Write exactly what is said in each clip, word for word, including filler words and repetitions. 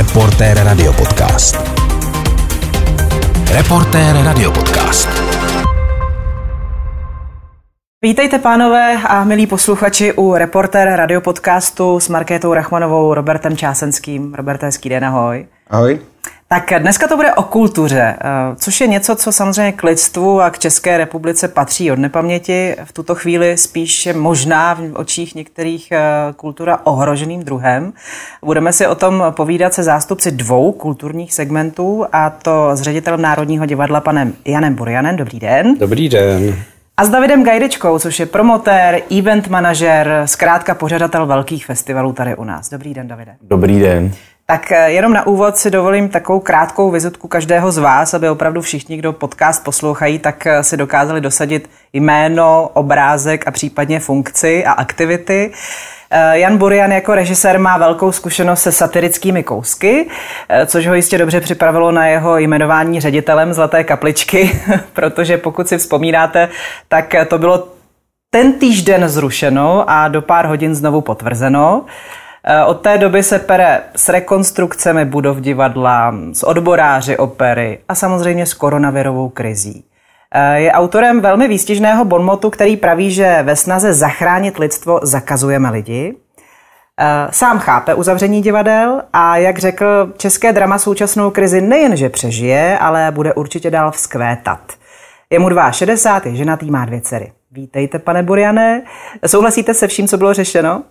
Reportér Radiopodcast. Reportér Radiopodcast. Vítejte, pánové a milí posluchači, u Reportér Radiopodcastu s Markétou Rachmanovou, Robertem Čásenským. Roberte, hezký den, ahoj. Ahoj. Tak dneska to bude o kultuře, což je něco, co samozřejmě k lidstvu a k České republice patří od nepaměti. V tuto chvíli spíš možná v očích některých kultura ohroženým druhem. Budeme si o tom povídat se zástupci dvou kulturních segmentů, a to s ředitelem Národního divadla panem Janem Burianem. Dobrý den. Dobrý den. A s Davidem Gajdečkou, což je promotér, event manažer, zkrátka pořadatel velkých festivalů tady u nás. Dobrý den, Davide. Dobrý den. Tak jenom na úvod si dovolím takovou krátkou vizitku každého z vás, aby opravdu všichni, kdo podcast poslouchají, tak si dokázali dosadit jméno, obrázek a případně funkci a aktivity. Jan Burian jako režisér má velkou zkušenost se satirickými kousky, což ho jistě dobře připravilo na jeho jmenování ředitelem Zlaté kapličky, protože pokud si vzpomínáte, tak to bylo ten týžden zrušeno a do pár hodin znovu potvrzeno. Od té doby se pere s rekonstrukcemi budov divadla, s odboráři opery a samozřejmě s koronavirovou krizí. Je autorem velmi výstižného bonmotu, který praví, že ve snaze zachránit lidstvo zakazujeme lidi. Sám chápe uzavření divadel a jak řekl, české drama současnou krizi nejenže přežije, ale bude určitě dál vzkvétat. Je mu šedesát dva, je ženatý, má dvě dcery. Vítejte, pane Buriane. Souhlasíte se vším, co bylo řešeno?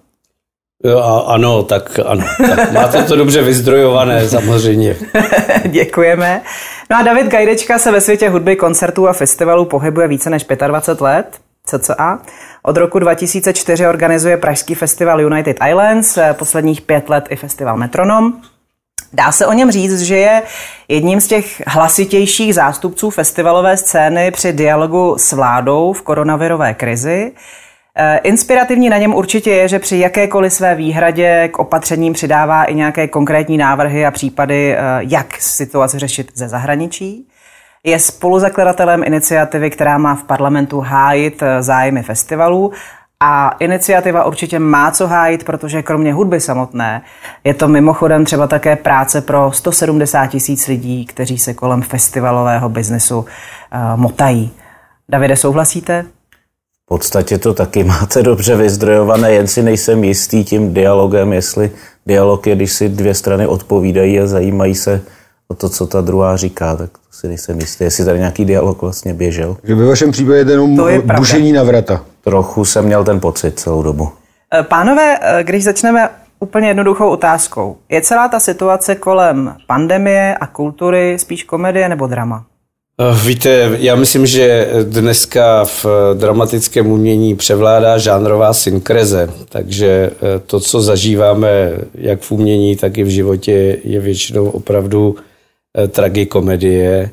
Jo, ano, tak ano. Tak máte to dobře vyzdrojované, samozřejmě. Děkujeme. No a David Gajdečka se ve světě hudby, koncertů a festivalů pohybuje více než dvacet pět let, cca. Od roku dva tisíce čtyři organizuje pražský festival United Islands, posledních pět let i festival Metronom. Dá se o něm říct, že je jedním z těch hlasitějších zástupců festivalové scény při dialogu s vládou v koronavirové krizi. Inspirativní na něm určitě je, že při jakékoliv své výhradě k opatřením přidává i nějaké konkrétní návrhy a případy, jak situaci řešit ze zahraničí. Je spoluzakladatelem iniciativy, která má v parlamentu hájit zájmy festivalů, a iniciativa určitě má co hájit, protože kromě hudby samotné je to mimochodem třeba také práce pro sto sedmdesát tisíc lidí, kteří se kolem festivalového biznesu uh, motají. Davide, souhlasíte? V podstatě to taky máte dobře vyzdrojované, jen si nejsem jistý tím dialogem, jestli dialog je, když si dvě strany odpovídají a zajímají se o to, co ta druhá říká, tak to si nejsem jistý, jestli tady nějaký dialog vlastně běžel. Že ve vašem případě je jenom bušení na vrata. Trochu jsem měl ten pocit celou dobu. Pánové, když začneme úplně jednoduchou otázkou, je celá ta situace kolem pandemie a kultury spíš komedie nebo drama? Víte, já myslím, že dneska v dramatickém umění převládá žánrová synkreze, takže to, co zažíváme jak v umění, tak i v životě, je většinou opravdu tragikomedie,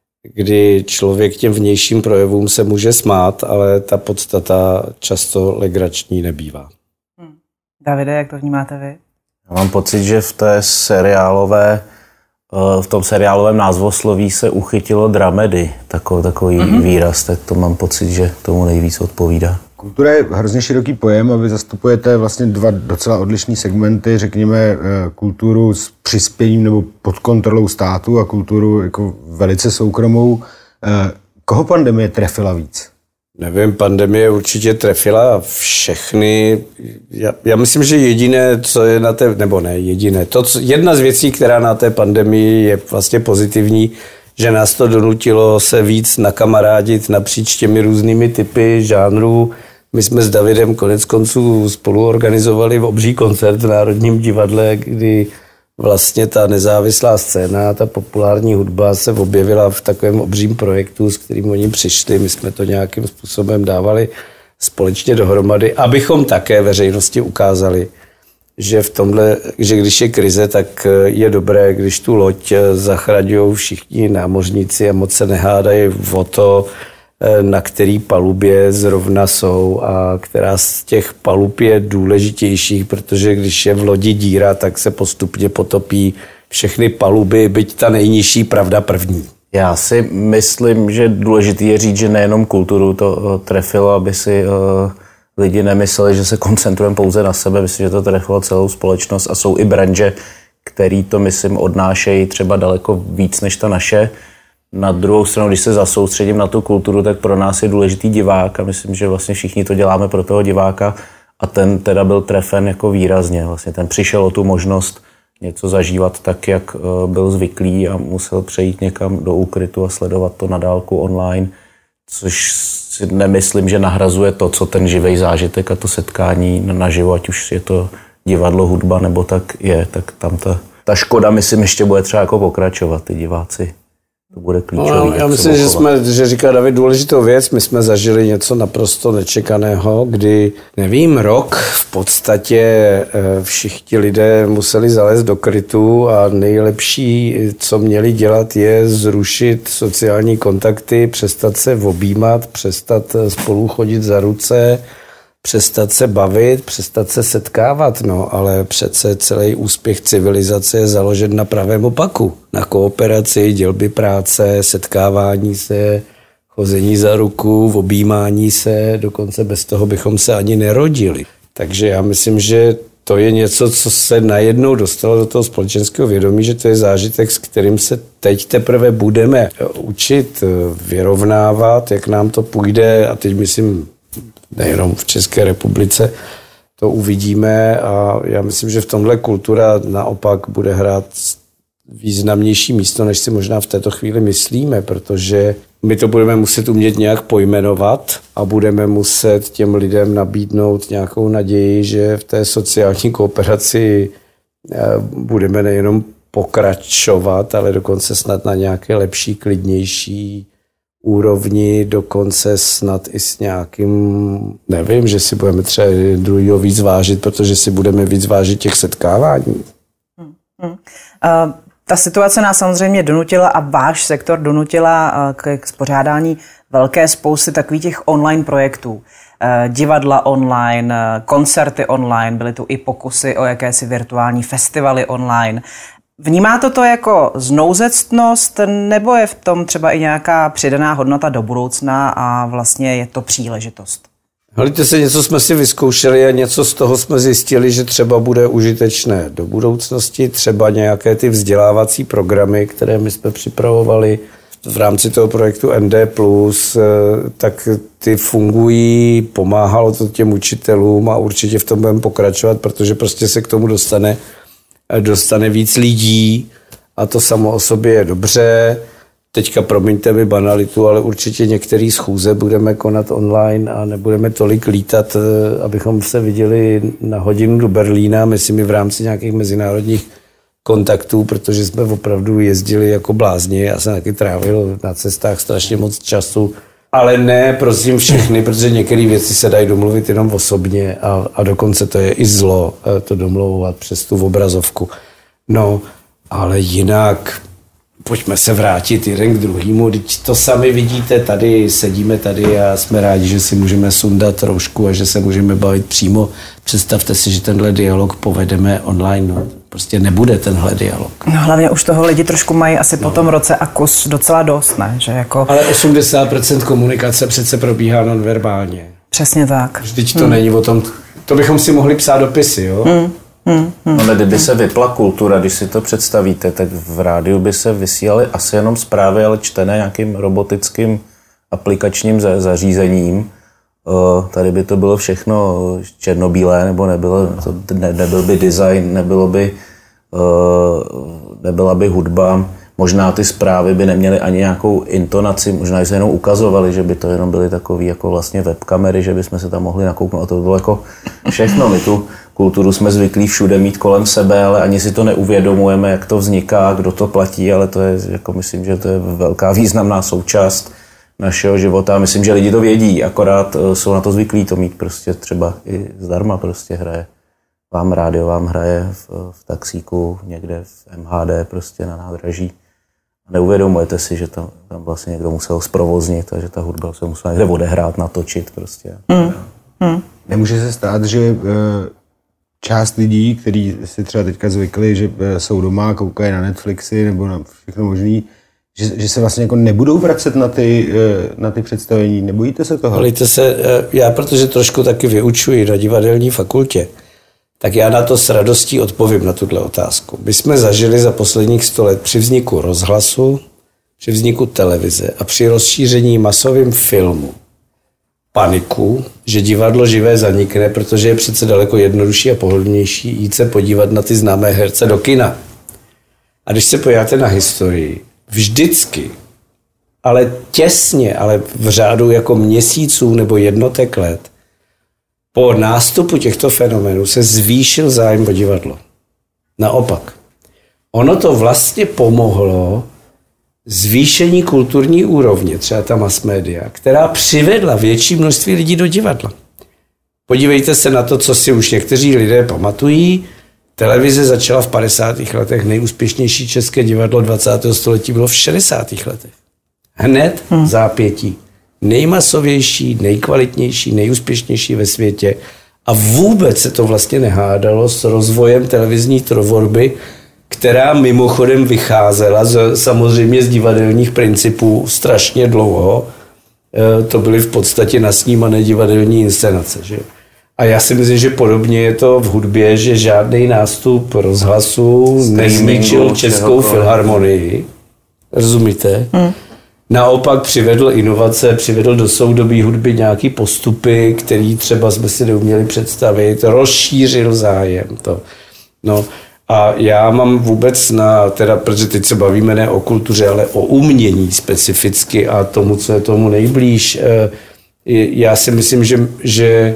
kdy člověk těm vnějším projevům se může smát, ale ta podstata často legrační nebývá. Hmm. Davide, jak to vnímáte vy? Já mám pocit, že v té seriálové v tom seriálovém názvosloví se uchytilo dramedy, takový, takový mm-hmm. výraz, tak to mám pocit, že tomu nejvíc odpovídá. Kultura je hrozně široký pojem a vy zastupujete vlastně dva docela odlišný segmenty, řekněme kulturu s přispěním nebo pod kontrolou státu a kulturu jako velice soukromou. Koho pandemie trefila víc? Nevím, pandemie určitě trefila všechny. Já, já myslím, že jediné, co je na té, nebo ne jediné, to, co, jedna z věcí, která na té pandemii je vlastně pozitivní, že nás to donutilo se víc nakamarádit napříč těmi různými typy žánrů. My jsme s Davidem konec konců spolu organizovali obří koncert v Národním divadle, kdy vlastně ta nezávislá scéna, ta populární hudba se objevila v takovém obřím projektu, s kterým oni přišli. My jsme to nějakým způsobem dávali společně dohromady, abychom také veřejnosti ukázali, že v tomhle, že když je krize, tak je dobré, když tu loď zachraňují všichni námořníci a moc se nehádají o to, na který palubě zrovna jsou a která z těch palub je důležitějších, protože když je v lodi díra, tak se postupně potopí všechny paluby, byť ta nejnižší pravda první. Já si myslím, že důležité je říct, že nejenom kulturu to trefilo, aby si lidi nemysleli, že se koncentrujeme pouze na sebe. Myslím, že to trefilo celou společnost a jsou i branže, který to, myslím, odnášejí třeba daleko víc než ta naše. Na druhou stranu, když se zasoustředím na tu kulturu, tak pro nás je důležitý divák a myslím, že vlastně všichni to děláme pro toho diváka a ten teda byl trefen jako výrazně. Vlastně ten přišel o tu možnost něco zažívat tak, jak byl zvyklý a musel přejít někam do úkrytu a sledovat to na dálku online, což si nemyslím, že nahrazuje to, co ten živej zážitek a to setkání naživo, ať už je to divadlo, hudba nebo tak je, tak tam ta, ta škoda, myslím, ještě bude třeba jako pokračovat, ty diváci. To bude klíčový. No, já myslím, že, jsme, že říká David důležitou věc. My jsme zažili něco naprosto nečekaného, kdy, nevím, rok v podstatě všichni lidé museli zalézt do krytu a nejlepší, co měli dělat, je zrušit sociální kontakty, přestat se objímat, přestat spolu chodit za ruce, přestat se bavit, přestat se setkávat, no, ale přece celý úspěch civilizace je založen na pravém opaku. Na kooperaci, dělby práce, setkávání se, chození za ruku, objímání se, dokonce bez toho bychom se ani nerodili. Takže já myslím, že to je něco, co se najednou dostalo do toho společenského vědomí, že to je zážitek, s kterým se teď teprve budeme učit vyrovnávat, jak nám to půjde, a teď myslím, nejenom v České republice, to uvidíme a já myslím, že v tomhle kultura naopak bude hrát významnější místo, než si možná v této chvíli myslíme, protože my to budeme muset umět nějak pojmenovat a budeme muset těm lidem nabídnout nějakou naději, že v té sociální kooperaci budeme nejenom pokračovat, ale dokonce snad na nějaké lepší, klidnější úrovni, dokonce snad i s nějakým, nevím, že si budeme třeba druhýho víc vážit, protože si budeme víc vážit těch setkávání. Hmm, hmm. Uh, ta situace nás samozřejmě donutila a váš sektor donutila uh, k, k spořádání velké spousty takových těch online projektů. Uh, divadla online, uh, koncerty online, byly tu i pokusy o jakési virtuální festivaly online. Vnímáte to jako znouzectnost, nebo je v tom třeba i nějaká přidaná hodnota do budoucna a vlastně je to příležitost? Hlíte se, něco jsme si vyzkoušeli a něco z toho jsme zjistili, že třeba bude užitečné do budoucnosti, třeba nějaké ty vzdělávací programy, které my jsme připravovali v rámci toho projektu N D plus, tak ty fungují, pomáhalo to těm učitelům a určitě v tom budeme pokračovat, protože prostě se k tomu dostane dostane víc lidí a to samo o sobě je dobře. Teďka promiňte mi banalitu, ale určitě některé schůze budeme konat online a nebudeme tolik lítat, abychom se viděli na hodinu do Berlína, myslím i v rámci nějakých mezinárodních kontaktů, protože jsme opravdu jezdili jako blázni. Já jsem taky trávil na cestách strašně moc času, ale ne, prosím všechny, protože některé věci se dají domluvit jenom osobně a, a dokonce to je i zlo to domlouvat přes tu obrazovku. No, ale jinak pojďme se vrátit jeden k druhému. Teď to sami vidíte, tady sedíme tady a jsme rádi, že si můžeme sundat roušku a že se můžeme bavit přímo. Představte si, že tenhle dialog povedeme online. No, prostě nebude tenhle dialog. No hlavně už toho lidi trošku mají asi no. po tom roce a kus docela dost, ne? Že jako... Ale osmdesát procent komunikace přece probíhá nonverbálně. Přesně tak. Vždyť to hmm. není o tom, to bychom si mohli psát dopisy, jo? Hmm. Hmm. Hmm. No, kdyby se vypla kultura, když si to představíte, tak v rádiu by se vysílaly asi jenom zprávy, ale čtené nějakým robotickým aplikačním zařízením. Tady by to bylo všechno černobílé, nebo nebylo, to ne, nebyl by design, nebylo by, nebyla by hudba. Možná ty zprávy by neměly ani nějakou intonaci, možná se jenom ukazovaly, že by to jenom byly takové jako vlastně webkamery, že bychom se tam mohli nakouknout a to by bylo jako všechno. My tu kulturu jsme zvyklí všude mít kolem sebe, ale ani si to neuvědomujeme, jak to vzniká, kdo to platí, ale to je, jako myslím, že to je velká významná součást našeho života. A myslím, že lidi to vědí, akorát jsou na to zvyklí to mít prostě třeba i zdarma prostě hraje. Vám rádio vám hraje v, v taxíku, někde v M H D prostě na nádraží. Neuvědomujete si, že tam, tam vlastně někdo musel zprovoznit a že ta hudba se musela někde odehrát, natočit prostě. Mm. Mm. Nemůže se stát, že část lidí, kteří si třeba teďka zvykli, že jsou doma, koukají na Netflixy nebo na všechno možný, že, že se vlastně jako nebudou vracet na ty, na ty představení. Nebojíte se toho? Bojíte se, já protože trošku taky vyučuji na divadelní fakultě, tak já na to s radostí odpovím na tuhle otázku. My jsme zažili za posledních sto let při vzniku rozhlasu, při vzniku televize a při rozšíření masovým filmu paniku, že divadlo živé zanikne, protože je přece daleko jednodušší a pohodlnější jít se podívat na ty známé herce do kina. A když se podíváte na historii, vždycky, ale těsně, ale v řádu jako měsíců nebo jednotek let, po nástupu těchto fenoménů se zvýšil zájem o divadlo. Naopak. Ono to vlastně pomohlo zvýšení kulturní úrovně, třeba ta mass media, která přivedla větší množství lidí do divadla. Podívejte se na to, co si už někteří lidé pamatují. Televize začala v padesátých letech, nejúspěšnější české divadlo dvacátého století bylo v šedesátých letech. Hned hmm. zápětí. Nejmasovější, nejkvalitnější, nejúspěšnější ve světě a vůbec se to vlastně nehádalo s rozvojem televizní tvorby, která mimochodem vycházela z, samozřejmě z divadelních principů strašně dlouho. E, to byly v podstatě nasnímané divadelní inscenace. Že? A já si myslím, že podobně je to v hudbě, že žádný nástup rozhlasu nezničil Českou filharmonii. Rozumíte? Hmm. Naopak přivedl inovace, přivedl do soudobí hudby nějaký postupy, který třeba jsme si neuměli představit, rozšířil zájem. To. No. A já mám vůbec na, teda, protože teď se bavíme ne o kultuře, ale o umění specificky a tomu, co je tomu nejblíž. Já si myslím, že, že,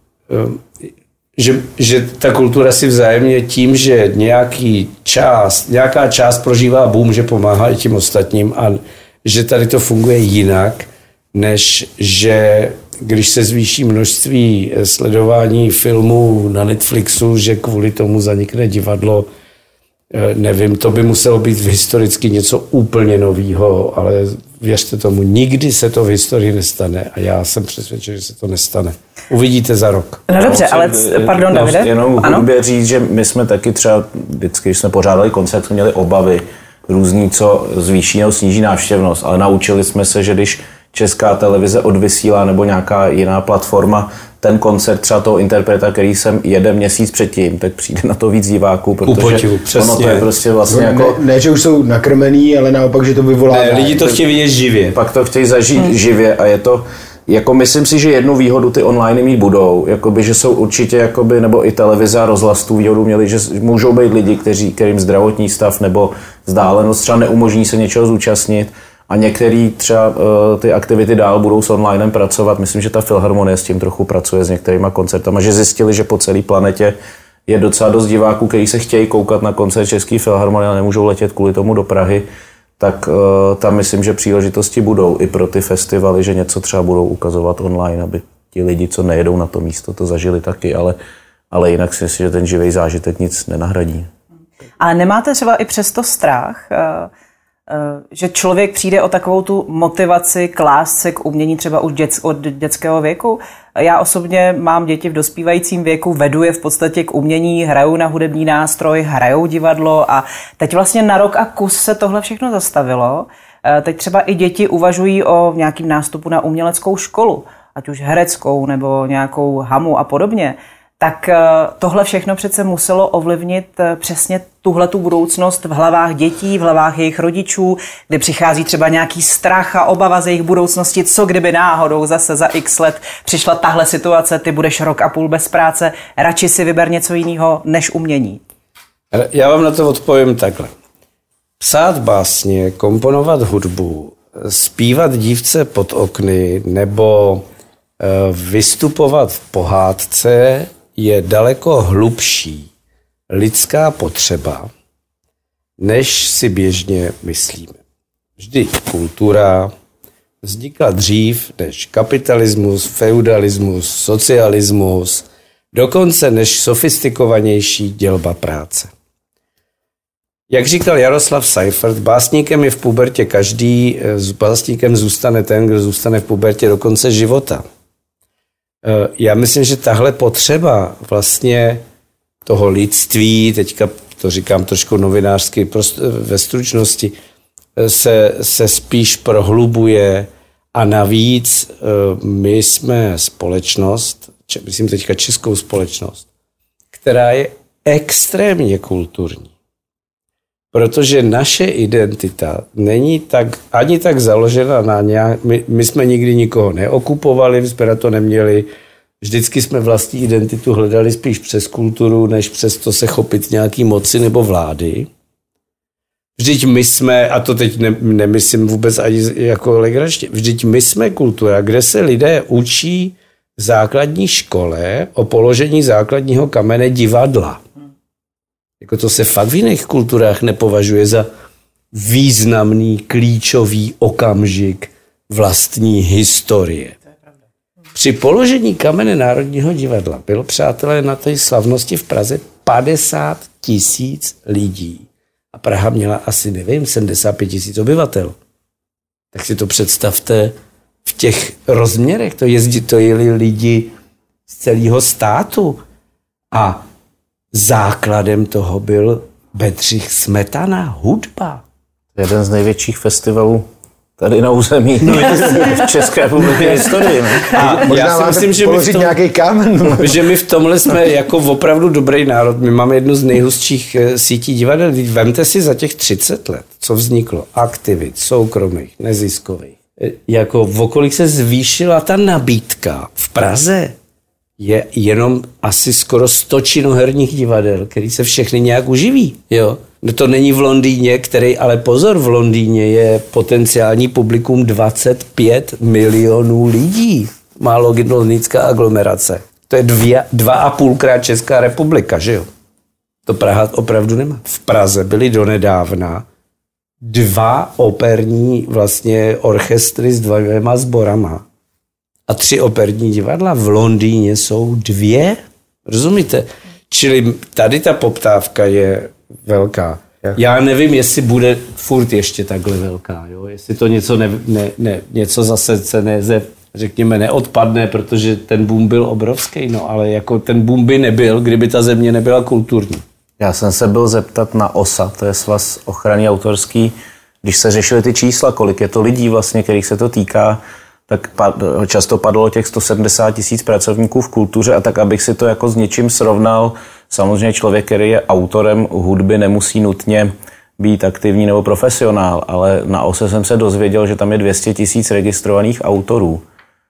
že, že ta kultura si vzájemně tím, že nějaký část, nějaká část prožívá boom, že pomáhá i tím ostatním a že tady to funguje jinak, než že když se zvýší množství sledování filmů na Netflixu, že kvůli tomu zanikne divadlo, nevím, to by muselo být historicky něco úplně novýho, ale věřte tomu, nikdy se to v historii nestane a já jsem přesvědčen, že se to nestane. Uvidíte za rok. No dobře, ale pardon, no, Davide? Jenom hudbě říct, že my jsme taky třeba vždycky, když jsme pořádali koncert, jsme měli obavy různý, co zvýší nebo sníží návštěvnost, ale naučili jsme se, že když Česká televize odvysílá nebo nějaká jiná platforma ten koncert třeba toho interpreta, který jsem jeden měsíc předtím, tak přijde na to víc diváků, protože Upoťu, ono to je prostě vlastně no, jako... Ne, ne, že už jsou nakrmený, ale naopak, že to vyvolá... Ne, lidi to chtějí vidět živě. Pak to chtějí zažít hmm. živě a je to... Jako myslím si, že jednu výhodu ty online mít budou, jakoby, že jsou určitě, jakoby, nebo i televize a rozhlas tu výhodu měli, že můžou být lidi, kteří, kterým zdravotní stav nebo vzdálenost třeba neumožní se něčeho zúčastnit a některý třeba uh, ty aktivity dál budou s onlinem pracovat. Myslím, že ta Filharmonie s tím trochu pracuje s některýma koncertama, že zjistili, že po celé planetě je docela dost diváků, kteří se chtějí koukat na koncert České Filharmonie a nemůžou letět kvůli tomu do Prahy. Tak uh, tam myslím, že příležitosti budou i pro ty festivaly, že něco třeba budou ukazovat online, aby ti lidi, co nejedou na to místo, to zažili taky, ale, ale jinak si myslím, že ten živý zážitek nic nenahradí. Ale nemáte třeba i přesto strach, že člověk přijde o takovou tu motivaci k lásce, k umění třeba už dět, od dětského věku? Já osobně mám děti v dospívajícím věku, vedu je v podstatě k umění, hrajou na hudební nástroj, hrajou divadlo a teď vlastně na rok a kus se tohle všechno zastavilo. Teď třeba i děti uvažují o nějakým nástupu na uměleckou školu, ať už hereckou nebo nějakou hamu a podobně. Tak tohle všechno přece muselo ovlivnit přesně tuhletu budoucnost v hlavách dětí, v hlavách jejich rodičů, kde přichází třeba nějaký strach a obava z jejich budoucnosti, co kdyby náhodou zase za x let přišla tahle situace, ty budeš rok a půl bez práce, radši si vyber něco jiného než umění. Já vám na to odpovím takhle. Psát básně, komponovat hudbu, zpívat dívce pod okny nebo vystupovat v pohádce je daleko hlubší lidská potřeba, než si běžně myslíme. Vždy kultura vznikla dřív než kapitalismus, feudalismus, socialismus, dokonce než sofistikovanější dělba práce. Jak říkal Jaroslav Seifert, básníkem je v pubertě každý, básníkem zůstane ten, kdo zůstane v pubertě do konce života. Já myslím, že tahle potřeba vlastně toho lidství, teďka to říkám trošku novinářsky ve stručnosti, se, se spíš prohlubuje a navíc my jsme společnost, myslím teďka českou společnost, která je extrémně kulturní. Protože naše identita není tak, ani tak založena na nějak... My, my jsme nikdy nikoho neokupovali, my jsme na to neměli. Vždycky jsme vlastní identitu hledali spíš přes kulturu, než přes to se chopit nějaký moci nebo vlády. Vždyť my jsme, a to teď ne, nemyslím vůbec ani jako legračně, vždyť my jsme kultura, kde se lidé učí v základní škole o položení základního kamene divadla. Jako to se fakt v jiných kulturách nepovažuje za významný, klíčový okamžik vlastní historie. Při položení kamene Národního divadla bylo, přátelé, na té slavnosti v Praze padesát tisíc lidí. A Praha měla asi, nevím, sedmdesát pět tisíc obyvatel. Tak si to představte v těch rozměrech. To jezdí, to jeli lidi z celého státu. A základem toho byl Bedřich Smetana, hudba. Jeden z největších festivalů tady na území no, v České republice historii. A já si myslím, že my, v tom, nějaký kámen. že my v tomhle jsme jako opravdu dobrý národ. My máme jednu z nejhustších sítí divadel. Vemte si za těch třicet let, co vzniklo aktivit soukromých, neziskových. Jako v okolí se zvýšila ta nabídka. V Praze je jenom asi skoro sto činoherních divadel, který se všechny nějak uživí. Jo? No to není v Londýně, který, ale pozor, v Londýně je potenciální publikum dvacet pět milionů lidí. Málo londýnská aglomerace. To je dvě, dva a půlkrát Česká republika, že jo? To Praha opravdu nemá. V Praze byly donedávna dva operní vlastně orchestry s dvěma sborama. A tři operní divadla. V Londýně jsou dvě. Rozumíte? Čili tady ta poptávka je velká. Já nevím, jestli bude furt ještě takhle velká. Jo? Jestli to něco, ne, ne, ne, něco zase se ne, řekněme, neodpadne, protože ten boom byl obrovský. No, ale jako ten boom by nebyl, kdyby ta země nebyla kulturní. Já jsem se byl zeptat na O S A, to je Svaz ochrany autorský, když se řešily ty čísla, kolik je to lidí vlastně, kterých se to týká, tak často padlo těch sto sedmdesát tisíc pracovníků v kultuře a tak, abych si to jako s něčím srovnal, samozřejmě člověk, který je autorem hudby, nemusí nutně být aktivní nebo profesionál, ale na O S E jsem se dozvěděl, že tam je dvě stě tisíc registrovaných autorů,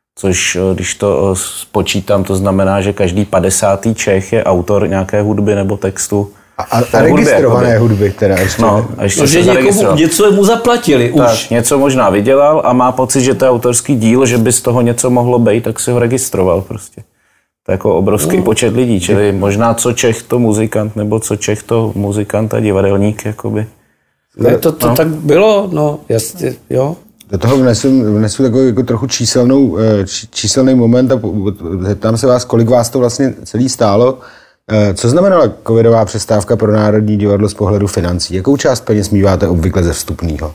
což když to spočítám, to znamená, že každý padesátý Čech je autor nějaké hudby nebo textu. A, a, a registrované hudby, hudby teda ještě. No, a ještě no, že někomu, něco mu zaplatili tak, už. Něco možná vydělal a má pocit, že to je autorský díl, že by z toho něco mohlo být, tak si ho registroval prostě. To je jako obrovský no. počet lidí, čili možná co Čech to muzikant, nebo co Čech to muzikant a divadelník, jakoby. Ne, to, to no. tak bylo, no, jasně, jo. Do toho vnesu, vnesu takovou jako trochu číselnou, číselný moment a zeptám se vás, kolik vás to vlastně celý stálo. Co znamenala covidová přestávka pro Národní divadlo z pohledu financí? Jakou část peněz míváte obvykle ze vstupného?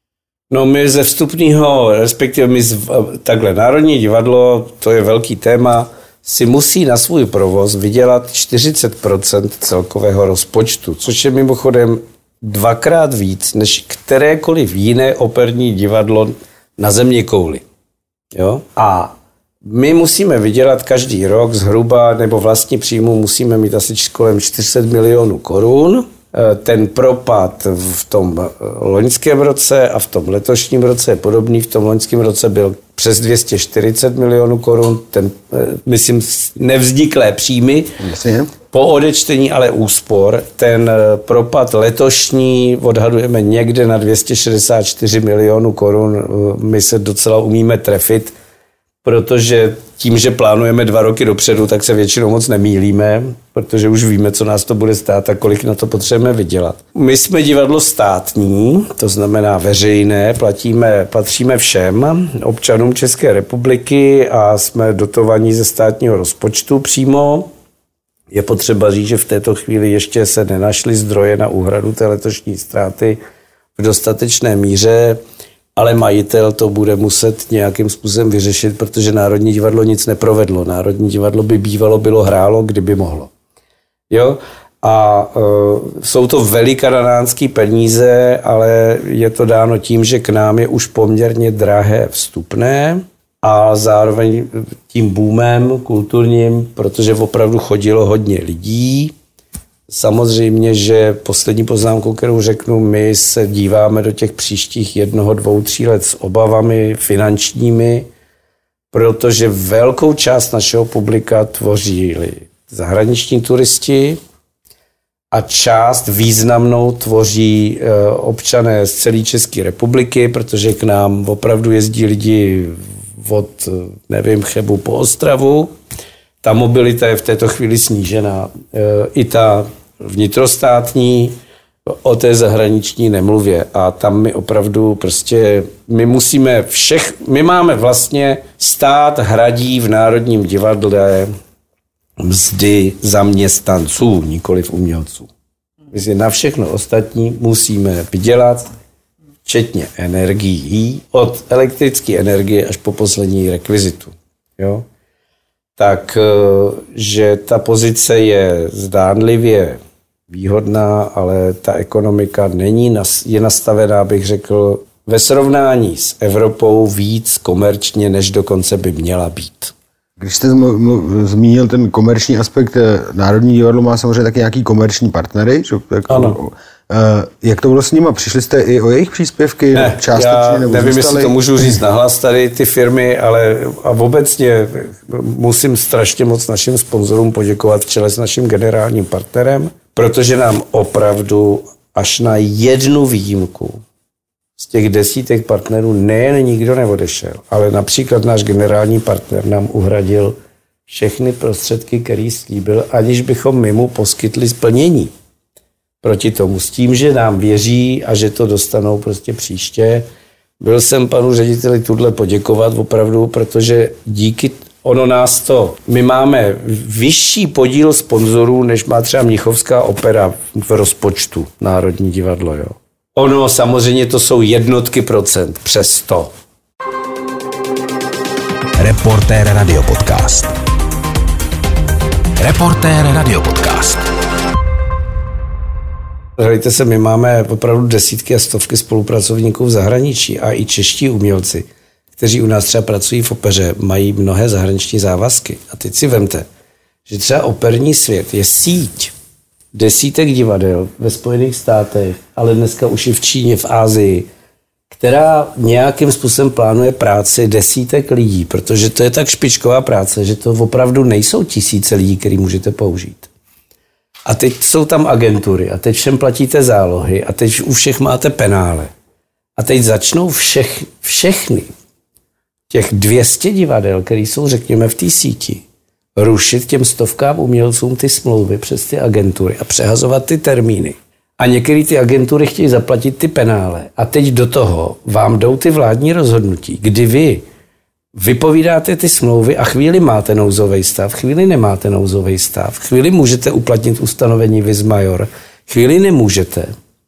No my ze vstupného, respektive my z, takhle, Národní divadlo, to je velký téma, si musí na svůj provoz vydělat čtyřicet procent celkového rozpočtu, což je mimochodem dvakrát víc než kterékoliv jiné operní divadlo na zeměkouli. Jo? A my musíme vydělat každý rok zhruba, nebo vlastní příjmu musíme mít asi kolem čtyři sta milionů korun. Ten propad v tom loňském roce a v tom letošním roce je podobný. V tom loňském roce byl přes dvě stě čtyřicet milionů korun. Ten, myslím, nevzniklé příjmy. Jasně. Po odečtení ale úspor, ten propad letošní odhadujeme někde na dvě stě šedesát čtyři milionů korun. My se docela umíme trefit, protože tím, že plánujeme dva roky dopředu, tak se většinou moc nemýlíme, protože už víme, co nás to bude stát a kolik na to potřebujeme vydělat. My jsme divadlo státní, to znamená veřejné, platíme, patříme všem občanům České republiky a jsme dotovaní ze státního rozpočtu přímo. Je potřeba říct, že v této chvíli ještě se nenašly zdroje na úhradu té letošní ztráty v dostatečné míře, ale majitel to bude muset nějakým způsobem vyřešit, protože Národní divadlo nic neprovedlo. Národní divadlo by bývalo bylo hrálo, kdyby mohlo. Jo? A e, jsou to velikanánské peníze, ale je to dáno tím, že k nám je už poměrně drahé vstupné. a zároveň tím boomem kulturním, protože opravdu chodilo hodně lidí. Samozřejmě, že poslední poznámku, kterou řeknu, my se díváme do těch příštích jednoho, dvou, tří let s obavami finančními, protože velkou část našeho publika tvoří zahraniční turisti a část významnou tvoří občané z celé České republiky, protože k nám opravdu jezdí lidi od, nevím, Chebu po Ostravu. Ta mobilita je v této chvíli snížená. I ta vnitrostátní, o té zahraniční nemluvě. A tam my opravdu prostě, my musíme všech, my máme vlastně, stát hradí v Národním divadle mzdy zaměstnanců, nikoliv umělců. My si na všechno ostatní musíme vydělat, včetně energií, od elektrické energie až po poslední rekvizitu. Jo? Tak, že ta pozice je zdánlivě výhodná, ale ta ekonomika není, je nastavená, bych řekl, ve srovnání s Evropou víc komerčně, než dokonce by měla být. Když jste zmínil ten komerční aspekt, Národní divadlo má samozřejmě taky nějaký komerční partnery. Že? Tak, ano. Jak to bylo s nima? Přišli jste i o jejich příspěvky? Ne, částečně, já nebo nevím, zůstali? jestli to můžu říct nahlas tady ty firmy, ale a obecně musím strašně moc našim sponzorům poděkovat v čele s naším generálním partnerem, protože nám opravdu až na jednu výjimku z těch desítek partnerů nejen nikdo neodešel, ale například náš generální partner nám uhradil všechny prostředky, který slíbil, aniž bychom my mu poskytli splnění proti tomu. S tím, že nám věří a že to dostanou prostě příště. Byl jsem panu řediteli tudle poděkovat opravdu, protože díky ono nás to, my máme vyšší podíl sponzorů, než má třeba Mnichovská opera v rozpočtu Národní divadlo, jo. Ono samozřejmě to jsou jednotky procent, přes sto. Reportér Radiopodcast. Reportér Radiopodcast. Hlejte se, my máme opravdu desítky a stovky spolupracovníků v zahraničí a i čeští umělci, kteří u nás třeba pracují v opeře, mají mnohé zahraniční závazky. A teď si vemte, že třeba operní svět je síť desítek divadel ve Spojených státech, ale dneska už i v Číně, v Asii, která nějakým způsobem plánuje práci desítek lidí, protože to je tak špičková práce, že to opravdu nejsou tisíce lidí, který můžete použít. A teď jsou tam agentury a teď všem platíte zálohy a teď u všech máte penále. A teď začnou všech, všechny těch dvě stě divadel, které jsou, řekněme, v té síti, rušit těm stovkám umělcům ty smlouvy přes ty agentury a přehazovat ty termíny. A některé ty agentury chtějí zaplatit ty penále. A teď do toho vám jdou ty vládní rozhodnutí, kdy vy vypovídáte ty smlouvy a chvíli máte nouzový stav, chvíli nemáte nouzový stav, chvíli můžete uplatnit ustanovení vis major, chvíli nemůžete.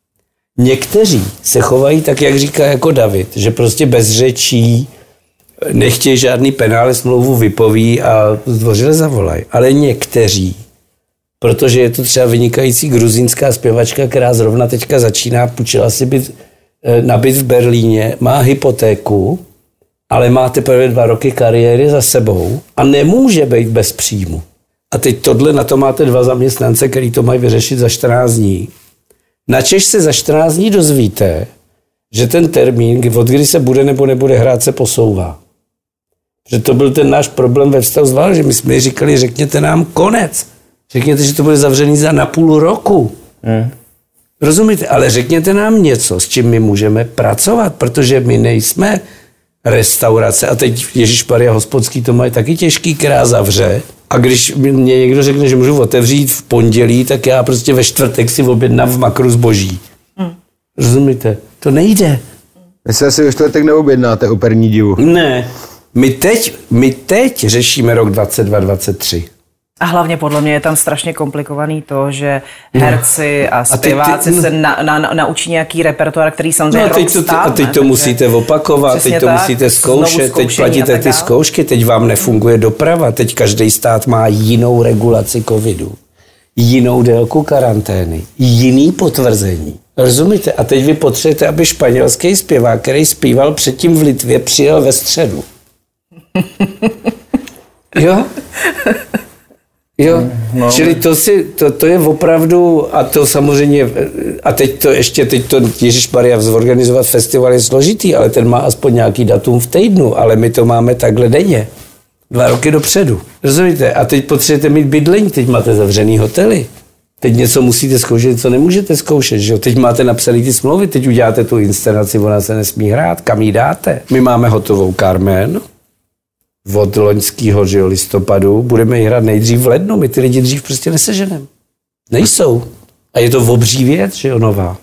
Někteří se chovají tak, jak říká jako David, že prostě bez řečí nechtějí žádný penále, smlouvu vypoví a zdvořile zavolají. Ale někteří, protože je to třeba vynikající gruzínská zpěvačka, která zrovna teďka začíná, půjčila si byt, na byt v Berlíně, má hypotéku, ale má teprve dva roky kariéry za sebou a nemůže být bez příjmu. A teď tohle na to máte dva zaměstnance, který to mají vyřešit za čtrnáct dní. Načež se za čtrnáct dní dozvíte, že ten termín, od kdy se bude nebo nebude hrát, se posouvá. Že to byl ten náš problém ve vztahu s Vál, že my jsme říkali, řekněte nám konec. Řekněte, že to bude zavřený za na půl roku. Hmm. Rozumíte? Ale řekněte nám něco, s čím my můžeme pracovat, protože my nejsme restaurace. A teď Ježišmarja hospodský to mají taky těžký, která zavře. A když mě někdo řekne, že můžu otevřít v pondělí, tak já prostě ve čtvrtek si objednám v Makru zboží. Hmm. Rozumíte? To nejde. Vy se asi ve čtvrtek neobjednáte operní divu. Ne. My teď, my teď řešíme rok dvacet dva dvacet tři. A hlavně podle mě je tam strašně komplikovaný to, že herci a zpěváci a ty, ty, se na, na, na, naučí nějaký repertoár, který samozřejmě no a teď rok to, stávne. A teď to musíte opakovat, teď to tak, musíte zkoušet, teď platíte ty zkoušky, teď vám nefunguje doprava, teď každý stát má jinou regulaci covidu, jinou délku karantény, jiný potvrzení. Rozumíte? A teď vy potřebujete, aby španělský zpěvák, který zpíval předtím v Litvě, přijel ve středu. Jo? Jo, no. Čili to, si, to, to je opravdu, a to samozřejmě, a teď to ještě, teď to Ježišmarja zorganizovat festival je složitý, ale ten má aspoň nějaký datum v týdnu, ale my to máme takhle denně. Dva roky dopředu. Rozumíte? A teď potřebujete mít bydlení, teď máte zavřený hotely. Teď něco musíte zkoušet, co nemůžete zkoušet, že jo? Teď máte napsaný ty smlouvy, teď uděláte tu inscenaci, ona se nesmí hrát, kam jí dáte. My máme hotovou Carmen od loňského, že jo, listopadu, budeme ji hrát nejdřív v lednu, my ty lidi dřív prostě neseženeme. Nejsou. A je to obří věc, že jo, nová.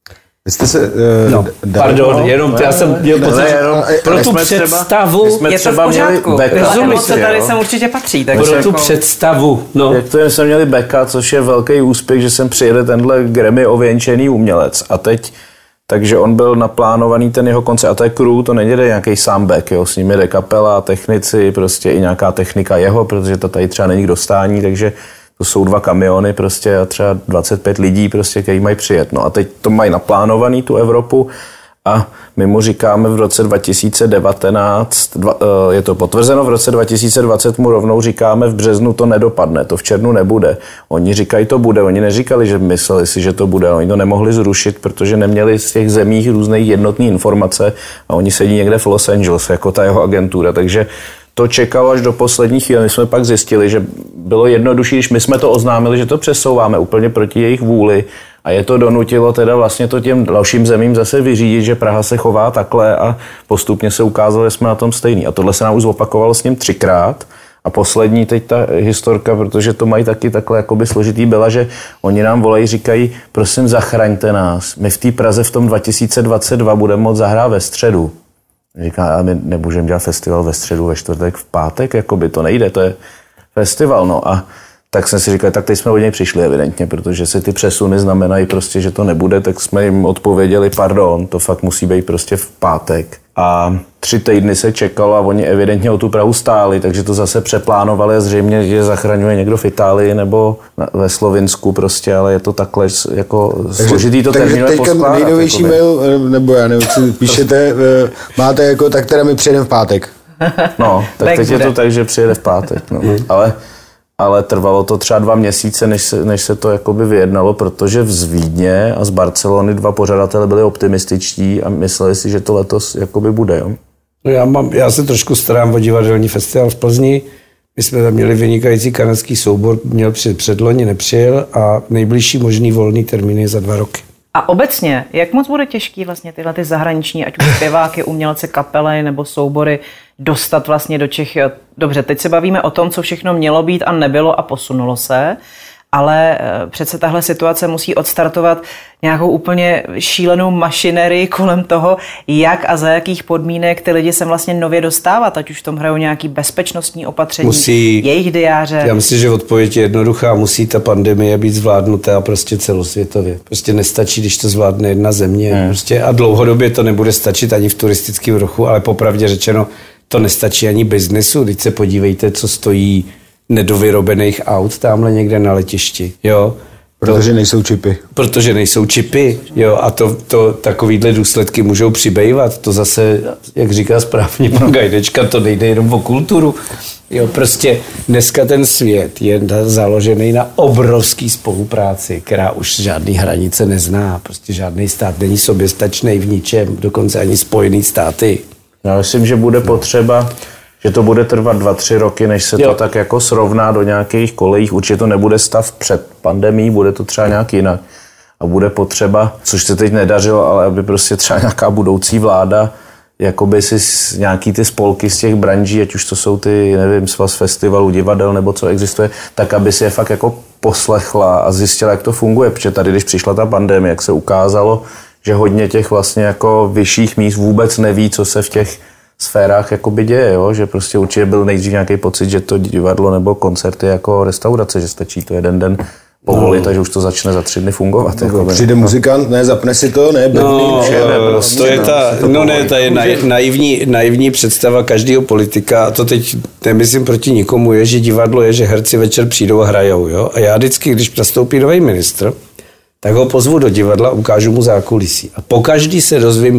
Vy jste se... Uh, no, dal, pardon, no, jenom ne, já jsem měl ne, pocit, ne, jenom, pro tu jsme představu... Třeba, je to v pořádku, emoce tady jo? sem určitě patří. Pro Takže tu jako... představu, no. Jak to je, jsme měli Beka, což je velký úspěch, že sem přijede tenhle Grammy ověnčený umělec. A teď, takže on byl naplánovaný ten jeho koncert, a to je crew, to není nějaký sám Beck, jo, s ním jede kapela, technici, prostě i nějaká technika jeho, protože to tady třeba není k dostání, takže to jsou dva kamiony prostě a třeba dvacet pět lidí, prostě, kteří mají přijet. No a teď to mají naplánovaný, tu Evropu, a my mu říkáme v roce dva tisíce devatenáct, dva, je to potvrzeno, v roce dva tisíce dvacet mu rovnou říkáme, v březnu to nedopadne, to v červnu nebude. Oni říkají, to bude, oni neříkali, že mysleli si, že to bude, oni to nemohli zrušit, protože neměli z těch zemích různých jednotné informace a oni sedí někde v Los Angeles, jako ta jeho agentura, takže to čekalo až do poslední chvíle. My jsme pak zjistili, že bylo jednodušší, když my jsme to oznámili, že to přesouváme úplně proti jejich vůli, a je to donutilo teda vlastně to těm dalším zemím zase vyřídit, že Praha se chová takhle, a postupně se ukázalo, že jsme na tom stejný. A tohle se nám už zopakovalo s ním třikrát. A poslední teď ta historka, protože to mají taky takhle jakoby složitý, byla, že oni nám volají, říkají, prosím, zachraňte nás. My v té Praze v tom dva tisíce dvacet dva budeme moct zahrát ve středu. Říká, a my nemůžeme dělat festival ve středu, ve čtvrtek, v pátek, jakoby to nejde, to je festival, no a tak jsem si říkal, tak teď jsme od něj přišli evidentně, protože se ty přesuny znamenají prostě, že to nebude, tak jsme jim odpověděli, pardon, to fakt musí být prostě v pátek. A tři týdny se čekalo a oni evidentně o tu Prahu stáli, takže to zase přeplánovali a zřejmě, že zachraňuje někdo v Itálii nebo ve Slovinsku prostě, ale je to takhle jako takže, složitý to termínové poskládat. Takže teďka nejnovější mail, nebo já nevím, co píšete, máte jako, tak teda my přijedeme v pátek. No, tak teď je to tak, že přijede v pátek, no. ale... ale trvalo to třeba dva měsíce, než se, než se to jakoby vyjednalo, protože z Vídně a z Barcelony dva pořadatelé byli optimističtí a mysleli si, že to letos jakoby bude. Jo? No já, mám, já se trošku starám o divadelní festival v Plzni. My jsme tam měli vynikající kanadský soubor, měl před předloni, nepřijel a nejbližší možný volný termín je za dva roky. A obecně, jak moc bude těžký vlastně tyhle ty zahraniční, ať už zpěváky, umělce, kapely nebo soubory, dostat vlastně do Čech? Dobře, teď se bavíme o tom, co všechno mělo být a nebylo a posunulo se, ale přece tahle situace musí odstartovat nějakou úplně šílenou mašinerii kolem toho, jak a za jakých podmínek ty lidi sem vlastně nově dostávat, ať už v tom hrajou nějaký bezpečnostní opatření, musí, jejich diáře. Já myslím, že odpověď je jednoduchá, musí ta pandemie být zvládnutá prostě celosvětově. Prostě nestačí, když to zvládne jedna země. Hmm. Prostě a dlouhodobě to nebude stačit ani v turistickém ruchu, ale popravdě řečeno, to nestačí ani biznesu. Teď se podívejte, co stojí nedovyrobených aut tamhle někde na letišti, jo. Protože nejsou čipy. Protože nejsou čipy, jo, a to, to takovýhle důsledky můžou přibývat. To zase, jak říká správně pan Gajdečka, to nejde jenom o kulturu. Jo, prostě dneska ten svět je založený na obrovský spolupráci, která už žádný hranice nezná. Prostě žádný stát není soběstačný v ničem, dokonce ani Spojený státy. Já myslím, že bude potřeba, že to bude trvat dva, tři roky, než se jo. to tak jako srovná do nějakých kolejích. Určitě to nebude stav před pandemií, bude to třeba nějak jinak. A bude potřeba, což se teď nedařilo, ale aby prostě třeba nějaká budoucí vláda jakoby si nějaký ty spolky z těch branží, ať už to jsou ty, nevím, svaz festivalů, divadel nebo co existuje, tak aby si je fakt jako poslechla a zjistila, jak to funguje. Protože tady, když přišla ta pandemie, jak se ukázalo, že hodně těch vlastně jako vyšších míst vůbec neví, co se v těch sférách jakoby děje, jo? Že prostě určitě byl nejdřív nějaký pocit, že to divadlo nebo koncerty jako restaurace, že stačí to jeden den povolit, no. Takže už to začne za tři dny fungovat. No, jako přijde muzikant, ne, zapne si to, ne, no, prostě, to je ta, to no ne, ta je naivní, naivní představa každého politika, a to teď nemyslím proti nikomu, je, že divadlo je, že herci večer přijdou a hrajou, jo? A já vždycky, když nastoupí nový ministr, tak ho pozvu do divadla, ukážu mu zákulisí. A pokaždý se dozvím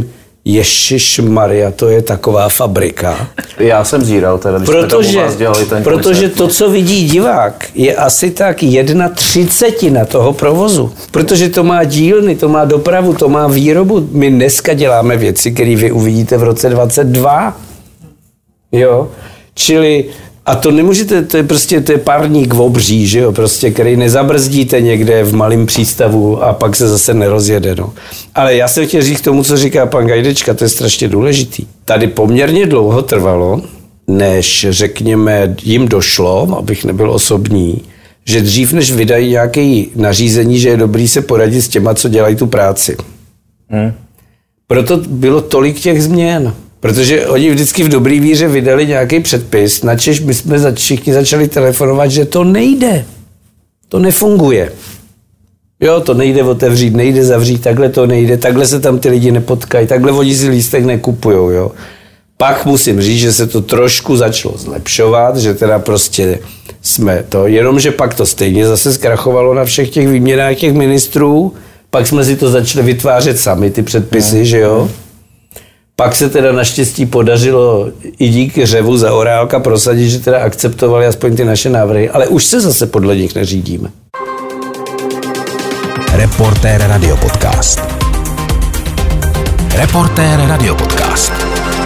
ježišmarja, to je taková fabrika. Já jsem zíral teda, když protože, jsme tam u vás dělali ten protože koncert. to, co vidí divák, je asi tak jedna třicetina toho provozu. Protože to má dílny, to má dopravu, to má výrobu. My dneska děláme věci, které vy uvidíte v roce dvacet dva. Jo? Čili a to nemůžete, to je prostě to je parník v obří, že jo, prostě, který nezabrzdíte někde v malém přístavu a pak se zase nerozjede, no. Ale já jsem chtěl říct k tomu, co říká pan Gajdečka, to je strašně důležitý. Tady poměrně dlouho trvalo, než, řekněme, jim došlo, abych nebyl osobní, že dřív, než vydají nějaké nařízení, že je dobrý se poradit s těma, co dělají tu práci. Hmm. Proto bylo tolik těch změn. Protože oni vždycky v dobrý víře vydali nějaký předpis, načež my jsme zač- všichni začali telefonovat, že to nejde. To nefunguje. Jo, to nejde otevřít, nejde zavřít, takhle to nejde, takhle se tam ty lidi nepotkají, takhle oni si lístek nekupujou, jo. Pak musím říct, že se to trošku začalo zlepšovat, že teda prostě jsme to, jenomže pak to stejně zase zkrachovalo na všech těch výměnách těch ministrů, pak jsme si to začali vytvářet sami, ty předpisy, no. Že jo. Pak se teda naštěstí podařilo i díky řevu Zaorálka prosadit, že teda akceptovali aspoň ty naše návrhy, ale už se zase podle nich neřídíme. Reportér Radiopodcast. Reportér Radiopodcast.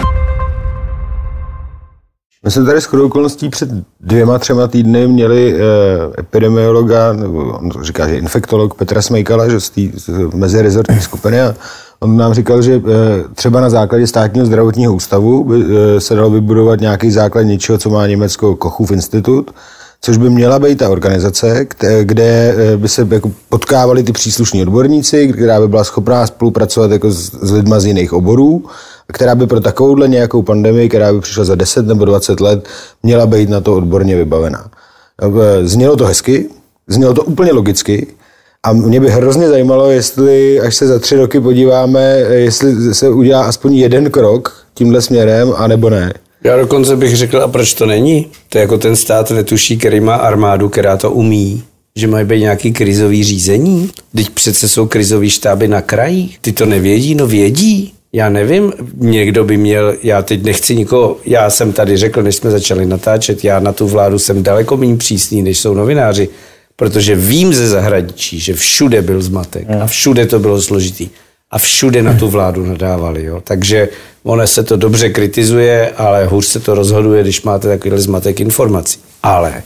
My jsme tady shodou okolností před dvěma, třema týdny měli eh, epidemiologa, nebo on říká, že infektolog Petra Smejkala, že z té mezirezortní skupiny, a on nám říkal, že eh, třeba na základě státního zdravotního ústavu by eh, se dalo vybudovat nějaký základ něčeho, co má Německo Kochův institut, což by měla být ta organizace, kde by se jako potkávali ty příslušní odborníci, která by byla schopná spolupracovat jako s, s lidma z jiných oborů, která by pro takovouhle nějakou pandemii, která by přišla za deset nebo dvacet let, měla být na to odborně vybavená. Znělo to hezky, znělo to úplně logicky a mě by hrozně zajímalo, jestli, až se za tři roky podíváme, jestli se udělá aspoň jeden krok tímhle směrem, anebo ne. Já dokonce bych řekl, a proč to není? To je jako ten stát netuší, který má armádu, která to umí, že mají být nějaký krizový řízení. Teď přece jsou krizový štáby na krajích. Ty to nevědí? No vědí. Já nevím, někdo by měl, já teď nechci nikoho, já jsem tady řekl, než jsme začali natáčet, já na tu vládu jsem daleko méně přísný, než jsou novináři, protože vím ze zahraničí, že všude byl zmatek a všude to bylo složitý. A všude na tu vládu nadávali. Jo. Takže ono se to dobře kritizuje, ale hůř se to rozhoduje, když máte takovýhle zmatek informací. Ale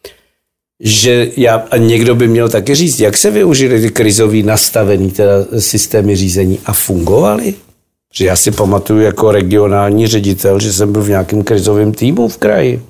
že já, a někdo by měl taky říct, jak se využili ty krizový nastavený teda systémy řízení a fungovaly? Že já si pamatuju jako regionální ředitel, že jsem byl v nějakém krizovém týmu v kraji.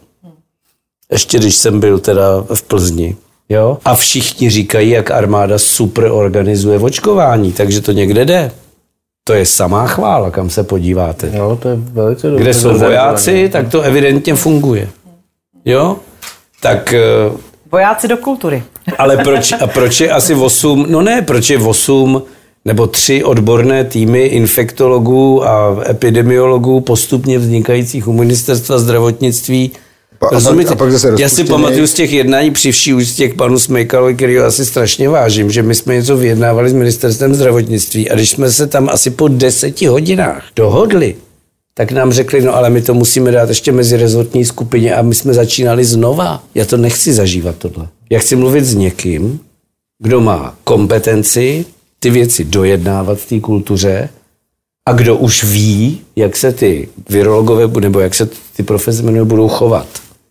Ještě když jsem byl teda v Plzni. Jo? A všichni říkají, jak armáda super organizuje očkování, takže to někde jde. To je samá chvála, kam se podíváte. No, to je velice dobře. Kde jsou vojáci, tak to evidentně funguje. Jo? Tak... Vojáci do kultury. Ale proč, a proč je asi osm, no ne, proč je osm nebo tři odborné týmy infektologů a epidemiologů postupně vznikajících u ministerstva zdravotnictví. A rozumíte? A pak zase já si pamatuju z těch jednání při vší úctě k panu Smejkalovi, kterýho asi strašně vážím, že my jsme něco vyjednávali s ministerstvem zdravotnictví a když jsme se tam asi po deseti hodinách dohodli, tak nám řekli, no ale my to musíme dát ještě mezi rezortní skupině a my jsme začínali znova. Já to nechci zažívat tohle. Já chci mluvit s někým, kdo má kompetenci ty věci dojednávat v té kultuře a kdo už ví, jak se ty virologové nebo jak se ty profese budou chovat.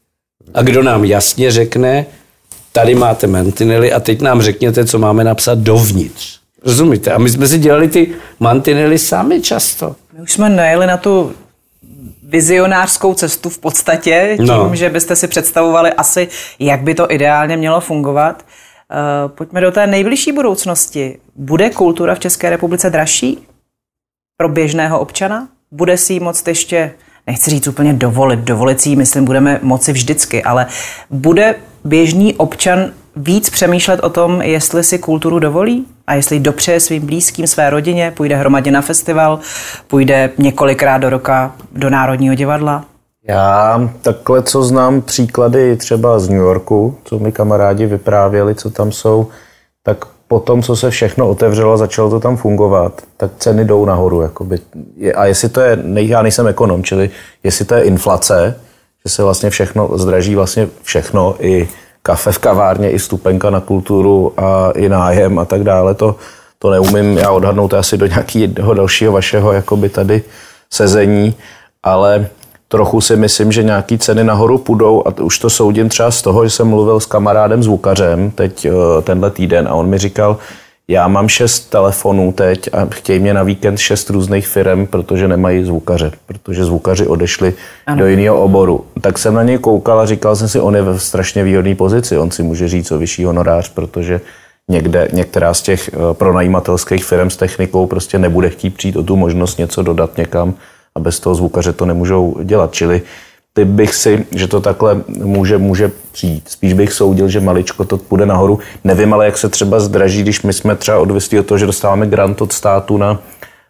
A kdo nám jasně řekne, tady máte mantinely a teď nám řekněte, co máme napsat dovnitř. Rozumíte? A my jsme si dělali ty mantinely sami často. My už jsme najeli na tu vizionářskou cestu v podstatě, tím, no. že byste si představovali asi, jak by to ideálně mělo fungovat. Uh, pojďme do té nejbližší budoucnosti. Bude kultura v České republice dražší pro běžného občana? Bude si ji moct ještě, nechci říct úplně dovolit, dovolit si ji, myslím, budeme moci vždycky, ale bude běžný občan víc přemýšlet o tom, jestli si kulturu dovolí a jestli dopřeje svým blízkým, své rodině, půjde hromadně na festival, půjde několikrát do roka do Národního divadla? Já takhle, co znám příklady třeba z New Yorku, co mi kamarádi vyprávěli, co tam jsou, tak po tom, co se všechno otevřelo a začalo to tam fungovat, tak ceny jdou nahoru. Jakoby. A jestli to je, já nejsem ekonom, čili jestli to je inflace, že se vlastně všechno zdraží, vlastně všechno, i kafe v kavárně, i stupenka na kulturu a i nájem a tak dále, to, to neumím já odhadnout asi do nějakého dalšího vašeho jakoby tady sezení, ale trochu si myslím, že nějaký ceny nahoru půjdou a už to soudím třeba z toho, že jsem mluvil s kamarádem zvukařem teď tenhle týden a on mi říkal, já mám šest telefonů teď a chtějí mě na víkend šest různých firem, protože nemají zvukaře, protože zvukaři odešli ano. do jiného oboru. Tak jsem na něj koukal a říkal jsem si, on je ve strašně výhodné pozici, on si může říct o vyšší honorář, protože někde, některá z těch pronajímatelských firm s technikou prostě nebude chtít přijít o tu možnost něco dodat někam a bez toho zvukaře to nemůžou dělat. Čili ty bych si, že to takhle může, může přijít. Spíš bych soudil, že maličko to půjde nahoru. Nevím, ale jak se třeba zdraží, když my jsme třeba odvěství od toho, že dostáváme grant od státu na,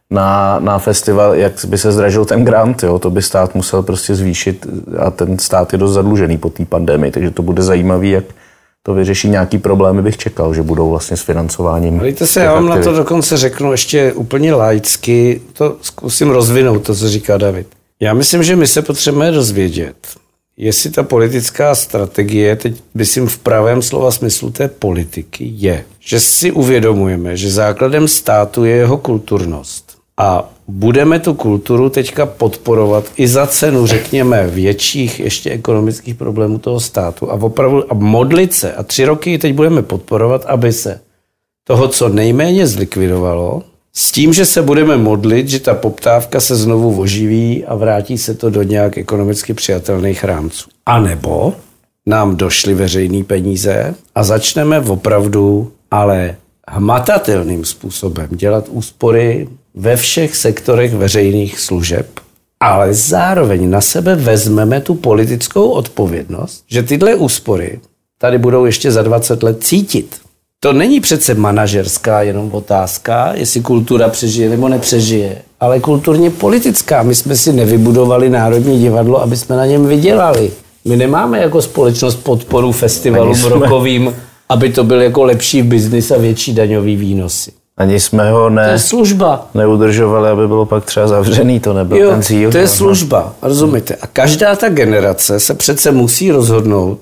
na, na festival, jak by se zdražil ten grant, jo? To by stát musel prostě zvýšit a ten stát je dost zadlužený po té pandemii, takže to bude zajímavý, jak to vyřeší. Nějaký problémy bych čekal, že budou vlastně s financováním. Víte se, já vám aktivit. Na to dokonce řeknu ještě úplně laicky, to zkusím rozvinout, to, co říká David. Já myslím, že my se potřebujeme dozvědět, jestli ta politická strategie, teď myslím v pravém slova smyslu té politiky, je, že si uvědomujeme, že základem státu je jeho kulturnost. A budeme tu kulturu teďka podporovat i za cenu, řekněme, větších ještě ekonomických problémů toho státu a opravdu a modlit se. A tři roky teď budeme podporovat, aby se toho co nejméně zlikvidovalo, s tím, že se budeme modlit, že ta poptávka se znovu oživí a vrátí se to do nějak ekonomicky přijatelných rámců. A nebo nám došly veřejné peníze a začneme opravdu, ale hmatatelným způsobem dělat úspory ve všech sektorech veřejných služeb, ale zároveň na sebe vezmeme tu politickou odpovědnost, že tyhle úspory tady budou ještě za dvacet let cítit. To není přece manažerská jenom otázka, jestli kultura přežije nebo nepřežije, ale kulturně politická. My jsme si nevybudovali Národní divadlo, aby jsme na něm vydělali. My nemáme jako společnost podporu festivalům rokovým, aby to byl jako lepší biznis a větší daňový výnosy. Ani jsme ho ne, to je služba. neudržovali, aby bylo pak třeba zavřený, to nebyl jo, ten cíl. To je služba, rozumíte? A každá ta generace se přece musí rozhodnout,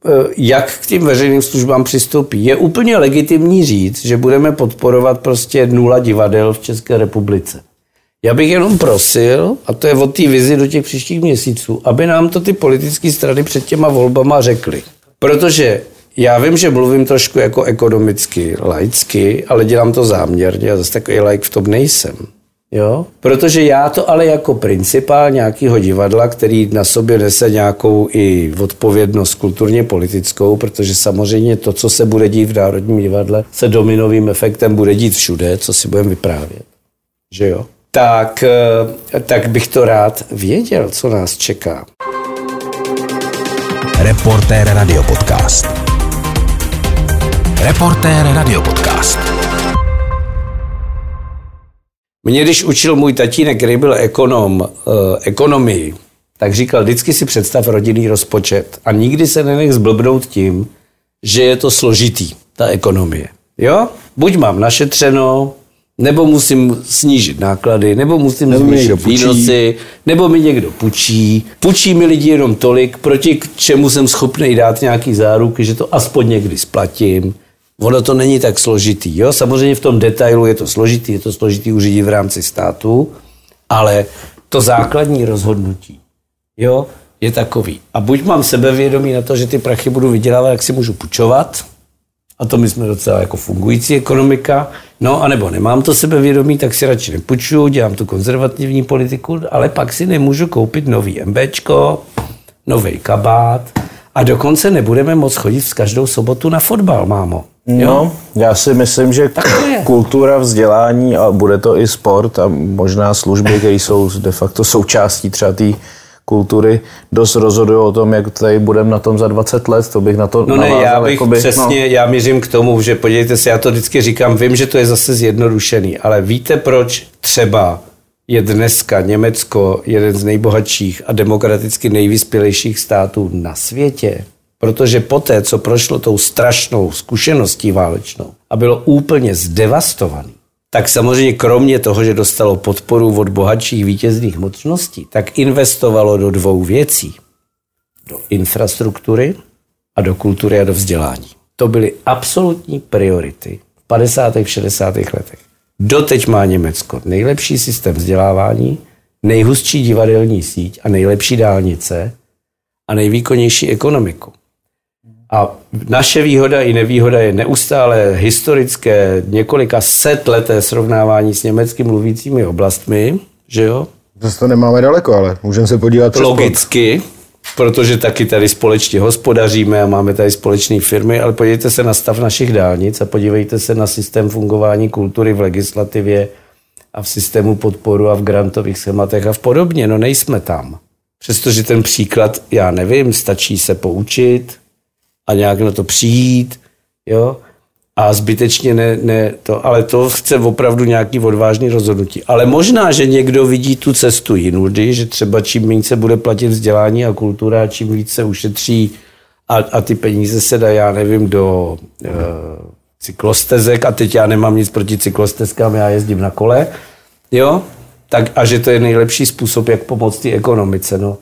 jak k tím veřejným službám přistoupí. Je úplně legitimní říct, že budeme podporovat prostě nula divadel v České republice. Já bych jenom prosil, a to je od té vizi do těch příštích měsíců, aby nám to ty politické strany před těma volbama řekly. Protože já vím, že mluvím trošku jako ekonomicky, laicky, ale dělám to záměrně a zase takový laik v tom nejsem. Jo? Protože já to ale jako principál nějakého divadla, který na sobě nese nějakou i odpovědnost kulturně politickou, protože samozřejmě to, co se bude dít v Národním divadle, se dominovým efektem bude dít všude, co si budeme vyprávět. Že jo? Tak, tak bych to rád věděl, co nás čeká. Reportér Radiopodcast. Reportér Radiopodcast. Mě, když učil můj tatínek, který byl ekonom, eh, ekonomii, tak říkal, vždycky si představ rodinný rozpočet a nikdy se nenech zblbnout tím, že je to složitý, ta ekonomie. Jo? Buď mám našetřeno, nebo musím snížit náklady, nebo musím nebo zvýšit výnosy, nebo mi někdo půjčí. Půjčí mi lidi jenom tolik, proti čemu jsem schopný dát nějaký záruky, že to aspoň někdy splatím. Ono to není tak složitý. Jo? Samozřejmě v tom detailu je to složitý, je to složitý uřídit v rámci státu, ale to základní rozhodnutí jo, je takový. A buď mám sebevědomí na to, že ty prachy budu vydělávat, jak si můžu půjčovat, a to my jsme docela jako fungující ekonomika, no anebo nemám to sebevědomí, tak si radši nepůjčuju, dělám tu konzervativní politiku, ale pak si nemůžu koupit nový MBčko, nový kabát a dokonce nebudeme moc chodit v každou sobotu na fotbal, mámo. Jo? No, já si myslím, že kultura, vzdělání a bude to i sport a možná služby, které jsou de facto součástí třeba té kultury, dost rozhodují o tom, jak tady budeme na tom za dvacet let, to bych na to No navázal, ne, já bych jakoby, přesně, no. já mířím k tomu, že podívejte se, já to vždycky říkám, vím, že to je zase zjednodušený, ale víte, proč třeba je dneska Německo jeden z nejbohatších a demokraticky nejvyspělejších států na světě? Protože poté, co prošlo tou strašnou zkušeností válečnou a bylo úplně zdevastovaný, tak samozřejmě kromě toho, že dostalo podporu od bohatších vítězných mocností, tak investovalo do dvou věcí. Do infrastruktury a do kultury a do vzdělání. To byly absolutní priority v padesátých, šedesátých letech. Doteď má Německo nejlepší systém vzdělávání, nejhustší divadelní síť a nejlepší dálnice a nejvýkonnější ekonomiku. A naše výhoda i nevýhoda je neustále historické několika set leté srovnávání s německy mluvícími oblastmi, že jo? Zase to nemáme daleko, ale můžeme se podívat přes logicky, protože taky tady společně hospodaříme a máme tady společné firmy, ale podívejte se na stav našich dálnic a podívejte se na systém fungování kultury v legislativě a v systému podporu a v grantových schématech a v podobně. No nejsme tam. Přestože ten příklad, já nevím, stačí se poučit a nějak na to přijít, jo, a zbytečně ne, ne to, ale to chce opravdu nějaký odvážný rozhodnutí. Ale možná, že někdo vidí tu cestu jinudy, že třeba čím méně se bude platit vzdělání a kultura, čím víc se ušetří a, a ty peníze se dají, já nevím, do e, cyklostezek a teď já nemám nic proti cyklostezkám, já jezdím na kole, jo, tak a že to je nejlepší způsob, jak pomoct té ekonomice, no.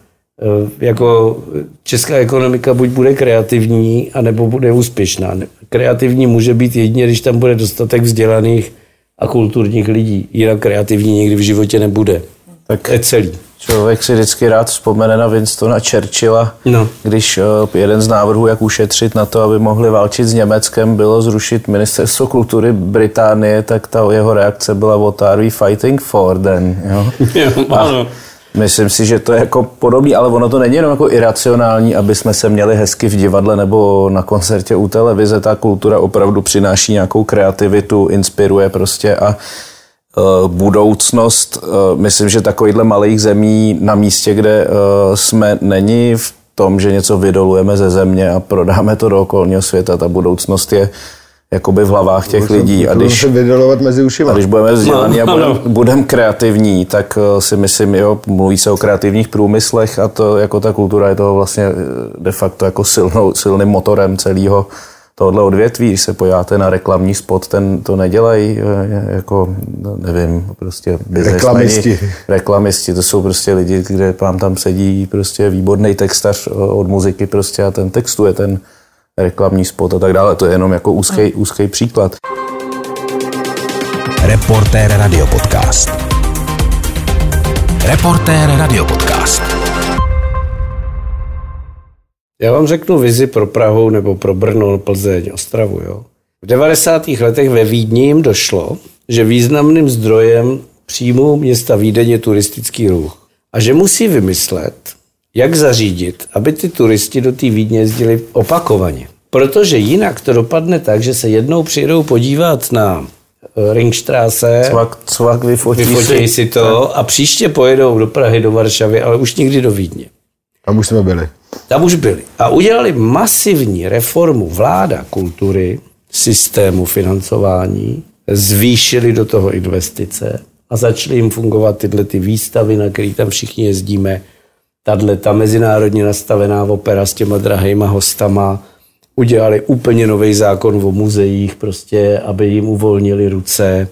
Jako česká ekonomika buď bude kreativní, anebo bude úspěšná. Kreativní může být jedině, když tam bude dostatek vzdělaných a kulturních lidí. Jinak kreativní nikdy v životě nebude. Tak je celý. Člověk si vždycky rád vzpomene na Winstona Churchilla, no. Když jeden z návrhů, jak ušetřit na to, aby mohli válčit s Německem, bylo zrušit ministerstvo kultury Británie, tak ta jeho reakce byla what are we fighting for then? Jo? Jo, ano. Myslím si, že to je jako podobný, ale ono to není jenom jako iracionální, aby jsme se měli hezky v divadle nebo na koncertě u televize. Ta kultura opravdu přináší nějakou kreativitu, inspiruje prostě a uh, budoucnost. Uh, myslím, že takovýchhle malých zemí na místě, kde uh, jsme, není v tom, že něco vydolujeme ze země a prodáme to do okolního světa. Ta budoucnost je jakoby v hlavách těch Budou lidí. A když, mezi ušima. a když budeme vzdělaní a budeme budem kreativní, tak si myslím, jo, mluví se o kreativních průmyslech a to jako ta kultura je toho vlastně de facto jako silnou, silným motorem celého tohohle odvětví. Když se podíváte na reklamní spot, ten to nedělají jako, nevím, prostě reklamisti. Reklamisti, to jsou prostě lidi, kde vám tam sedí prostě výborný textař od muziky prostě a ten textuje ten reklamní spot a tak dále. To je jenom jako úzký, úzký příklad. Reportér Radiopodcast. Reportér Radiopodcast. Já vám řeknu vizi pro Prahu nebo pro Brno, Plzeň, Ostravu. Jo. V devadesátých letech ve Vídni jim došlo, že významným zdrojem příjmu města Vídeň je turistický ruch. A že musí vymyslet, jak zařídit, aby ty turisti do té Vídně jezdili opakovaně. Protože jinak to dopadne tak, že se jednou přijedou podívat na Ringstraße, cvak, cvak, vyfotí, vyfotí si to a příště pojedou do Prahy, do Varšavy, ale už nikdy do Vídně. Tam už jsme byli. Tam už byli. A udělali masivní reformu vláda kultury, systému financování, zvýšili do toho investice a začaly jim fungovat tyhle ty výstavy, na které tam všichni jezdíme. Tadle ta mezinárodně nastavená opera s těma drahýma hostama, udělali úplně nový zákon o muzeích, prostě, aby jim uvolnili ruce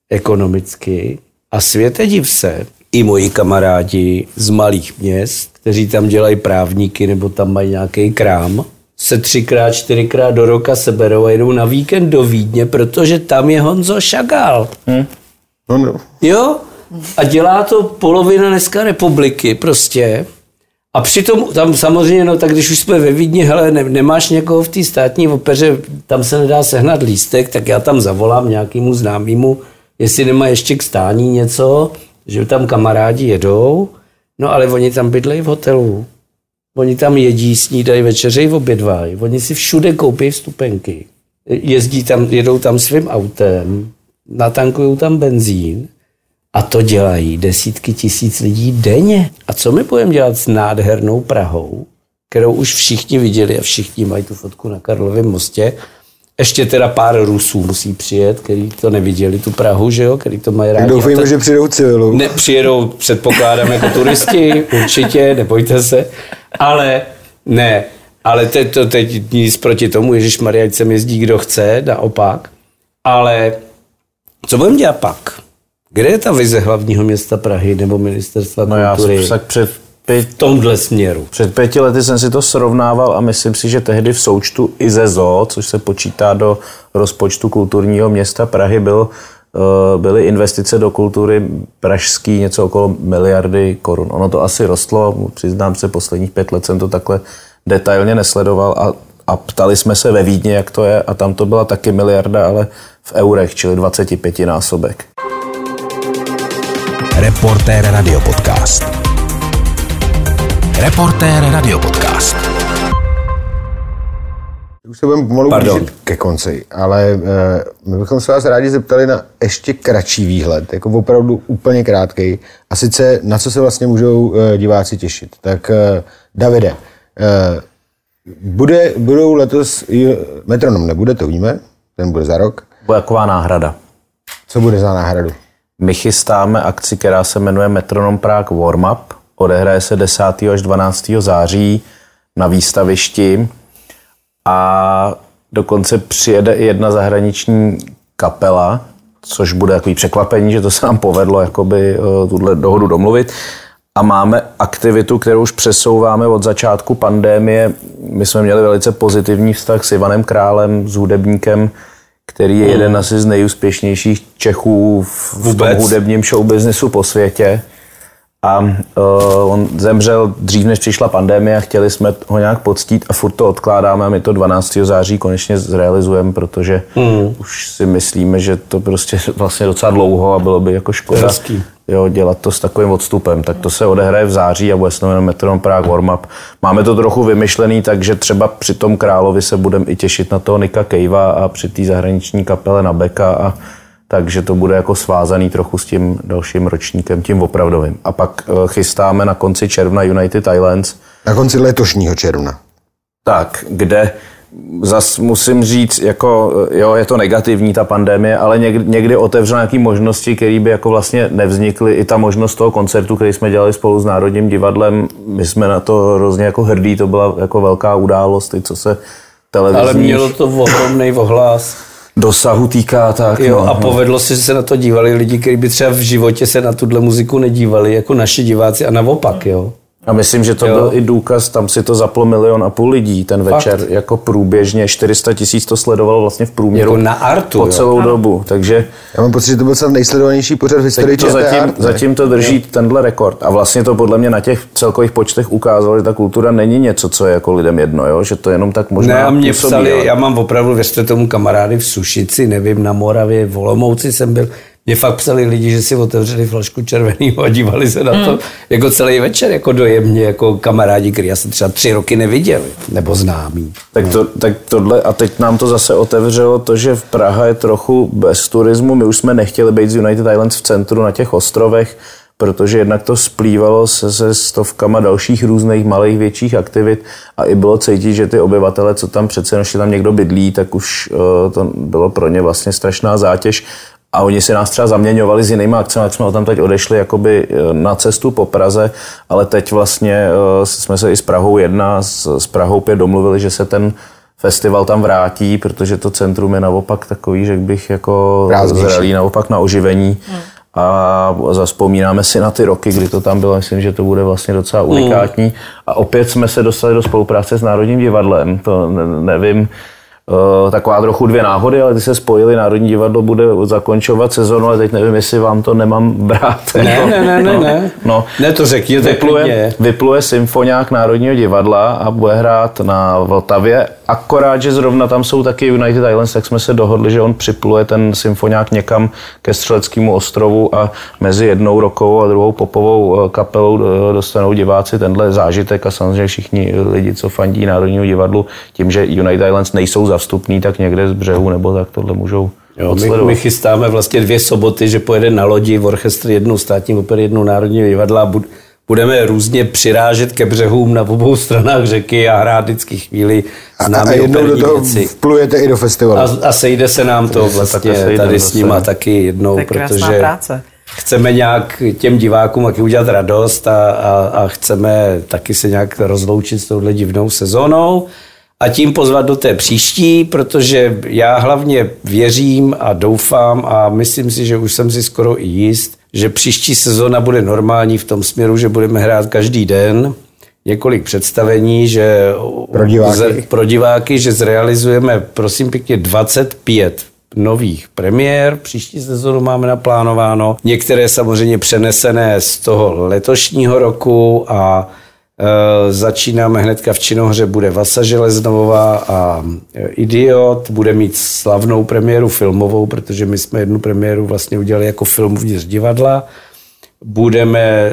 ekonomicky. A světe div se, i moji kamarádi z malých měst, kteří tam dělají právníky nebo tam mají nějaký krám, se třikrát, čtyřikrát do roka seberou a jedou na víkend do Vídně, protože tam je Honzo Šagál. Hmm. No, no. Jo? A dělá to polovina dneska republiky prostě. A přitom tam samozřejmě, no tak když už jsme ve Vídni, hele, ne, nemáš někoho v té státní opeře, tam se nedá sehnat lístek, tak já tam zavolám nějakému známému, jestli nemá ještě k stání něco, že tam kamarádi jedou, no ale oni tam bydlejí v hotelu. Oni tam jedí, snídají, večeřejí, obědvají. Oni si všude koupí vstupenky. Jezdí tam, jedou tam svým autem, natankují tam benzín. A to dělají desítky tisíc lidí denně. A co my budeme dělat s nádhernou Prahou, kterou už všichni viděli a všichni mají tu fotku na Karlově mostě. Ještě teda pár Rusů musí přijet, který to neviděli, tu Prahu, že jo, který to mají rádi. Doufejme, že přijedou civilu. Ne, přijedou, předpokládám, jako turisti, určitě, nebojte se. Ale ne, Ale teď, to, teď nic proti tomu, ježišmarja, ať sem jezdí kdo chce, naopak. Ale co budeme dělat pak? Kde je ta vize hlavního města Prahy nebo ministerstva no kultury? Já jsem před pět, v tomhle směru. Před pěti lety jsem si to srovnával a myslím si, že tehdy v součtu I Z E Z O, což se počítá do rozpočtu kulturního města Prahy, byl, byly investice do kultury pražský něco okolo miliardy korun. Ono to asi rostlo, přiznám se, posledních pět let jsem to takhle detailně nesledoval a, a ptali jsme se ve Vídni, jak to je, a tam to byla taky miliarda, ale v eurech, čili dvacet pět násobek. Reportér Radiopodcast. Reportér Radiopodcast. Už se budeme pomalu blížit ke konci, ale e, my bychom se vás rádi zeptali na ještě kratší výhled, jako opravdu úplně krátkej, a sice na co se vlastně můžou e, diváci těšit. Tak e, Davide, e, bude, budou letos Metronom nebude, to víme, ten bude za rok. Bude taková náhrada. Co bude za náhradu? My chystáme akci, která se jmenuje Metronom Prague Warm Up. Odehraje se desátého až dvanáctého září na výstavišti a dokonce přijede i jedna zahraniční kapela, což bude takový překvapení, že to se nám povedlo jakoby tuhle dohodu domluvit. A máme aktivitu, kterou už přesouváme od začátku pandemie. My jsme měli velice pozitivní vztah s Ivanem Králem, s hudebníkem, který je jeden asi z nejúspěšnějších Čechů v, v tom hudebním showbiznesu po světě. A uh, on zemřel dřív, než přišla pandemie, a chtěli jsme ho nějak poctít a furt to odkládáme a my to dvanáctého září konečně zrealizujeme, protože mm. už si myslíme, že to prostě vlastně docela dlouho a bylo by jako škoda jo, dělat to s takovým odstupem. Tak to se odehraje v září a bude se jmenovat Metronom Prague Warm Up. Máme to trochu vymyšlený, takže třeba při tom Královi se budeme i těšit na toho Nicka Cavea a při té zahraniční kapele na Beka, a takže to bude jako svázaný trochu s tím dalším ročníkem, tím opravdovým. A pak chystáme na konci června United Islands. Na konci letošního června. Tak, kde zas musím říct, jako, jo, je to negativní ta pandemie, ale někdy, někdy otevřel nějaké možnosti, které by jako vlastně nevznikly. I ta možnost toho koncertu, který jsme dělali spolu s Národním divadlem, my jsme na to hrozně jako hrdí, to byla jako velká událost, i co se televizních... Ale mělo to ohromnej ohlas. Dosahu týká, tak. Jo, no, a povedlo se, že se na to dívali lidi, kteří by třeba v životě se na tuhle muziku nedívali, jako naši diváci, a naopak, jo. A myslím, že to jo. byl i důkaz, tam si to zaplo milion a půl lidí ten večer, Fakt. jako průběžně, čtyři sta tisíc to sledovalo vlastně v průměru. Jako na Artu, po celou jo. dobu, takže... Já mám pocit, že to byl celý nejsledovanější pořad v historii to zatím, Art, zatím to drží jo. tenhle rekord. A vlastně to podle mě na těch celkových počtech ukázalo, že ta kultura není něco, co je jako lidem jedno, jo? Že to jenom tak možná Ne, a mě působí, psali, ale... já mám opravdu, věřte tomu, kamarády v Sušici, nevím, na Moravě, v Olomouci jsem byl. Mě fakt psali lidi, že si otevřeli flašku červenýho a dívali se na to mm. jako celý večer, jako dojemně, jako kamarádi, který já jsem třeba tři roky neviděl, nebo známý. Tak, to, tak tohle, a teď nám to zase otevřelo to, že v Praha je trochu bez turismu. My už jsme nechtěli být z United Islands v centru na těch ostrovech, protože jednak to splývalo se, se stovkama dalších různých malých, větších aktivit a i bylo cítit, že ty obyvatele, co tam přece ještě tam někdo bydlí, tak už uh, to bylo pro ně vlastně strašná zátěž. A oni si nás třeba zaměňovali s jinýma akcemi, jak jsme tam teď odešli jakoby na cestu po Praze, ale teď vlastně jsme se i s Prahou jedna, s Prahou pět domluvili, že se ten festival tam vrátí, protože to centrum je naopak takový, že bych jako zralý naopak na oživení. Hmm. A zazpomínáme si na ty roky, kdy to tam bylo, myslím, že to bude vlastně docela unikátní. Hmm. A opět jsme se dostali do spolupráce s Národním divadlem, to ne, nevím, Uh, taková trochu dvě náhody, ale ty se spojili, Národní divadlo bude zakončovat sezonu, ale teď nevím, jestli vám to nemám brát. Ne, ne, ne, ne, ne. No, ne, to řekni, vypluje, vypluje symfoniák Národního divadla a bude hrát na Vltavě, akorát, že zrovna tam jsou taky United Islands, tak jsme se dohodli, že on připluje ten symfoniák někam ke Střeleckému ostrovu a mezi jednou rockovou a druhou popovou kapelou dostanou diváci tenhle zážitek a samozřejmě všichni lidi, co fandí Národního divadlu, tím, že United Islands nejsou zavstupný, tak někde z břehu nebo tak tohle můžou jo, my, my chystáme vlastně dvě soboty, že pojede na lodi v orchestr jednou státní opery, jednou Národního divadla a budeme různě přirážet ke břehům na obou stranách řeky a hrát vždycky chvíli známé operní věci. A jednou do toho vplujete i do festivalu. A, a sejde se nám to vlastně tady s nima taky jednou, protože... práce. chceme nějak těm divákům taky udělat radost a, a, a chceme taky se nějak rozloučit s touhle divnou sezónou a tím pozvat do té příští, protože já hlavně věřím a doufám a myslím si, že už jsem si skoro i jist, že příští sezóna bude normální v tom směru, že budeme hrát každý den několik představení, že pro diváky, z, pro diváky že zrealizujeme prosím pěkně dvacet pět nových premiér. Příští sezónu máme naplánováno. Některé samozřejmě přenesené z toho letošního roku a e, začínáme hnedka v Činohře, bude Vasa Železnová a e, Idiot. Bude mít slavnou premiéru filmovou, protože my jsme jednu premiéru vlastně udělali jako film uvnitř divadla. Budeme, e, e,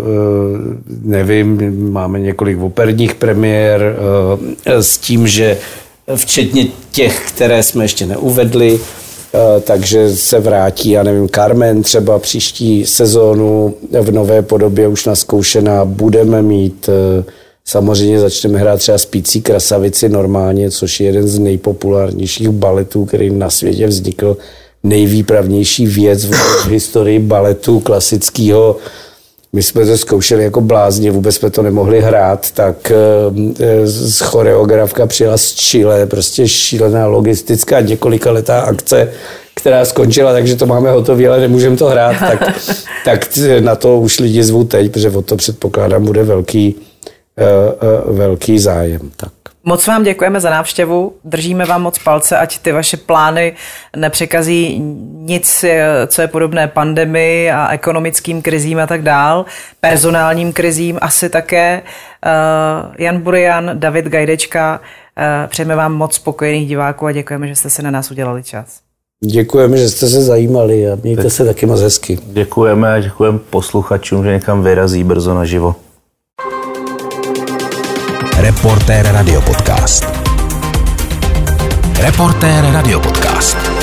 nevím, máme několik operních premiér e, s tím, že včetně těch, které jsme ještě neuvedli, takže se vrátí, já nevím, Carmen třeba příští sezónu v nové podobě už naskoušená. Budeme mít, samozřejmě začneme hrát třeba Spící krasavici normálně, což je jeden z nejpopulárnějších baletů, který na světě vznikl, nejvýpravnější věc v historii baletu klasického. My jsme to zkoušeli jako blázni, vůbec jsme to nemohli hrát, tak z choreografka přijela z Chile, prostě šílená logistická několikaletá akce, která skončila, takže to máme hotové, ale nemůžeme to hrát, tak, tak na to už lidi zvou teď, protože o to předpokládám bude velký, velký zájem. Tak. Moc vám děkujeme za návštěvu, držíme vám moc palce, ať ty vaše plány nepřekazí nic, co je podobné pandemii a ekonomickým krizím a tak dál, personálním krizím asi také. Jan Burian, David Gajdečka, přejeme vám moc spokojených diváků a děkujeme, že jste se na nás udělali čas. Děkujeme, že jste se zajímali a mějte tak se taky moc hezky. Děkujeme a děkujeme posluchačům, že někam vyrazí brzo naživo. Reportér Radio Podcast. Reportér Radio Podcast.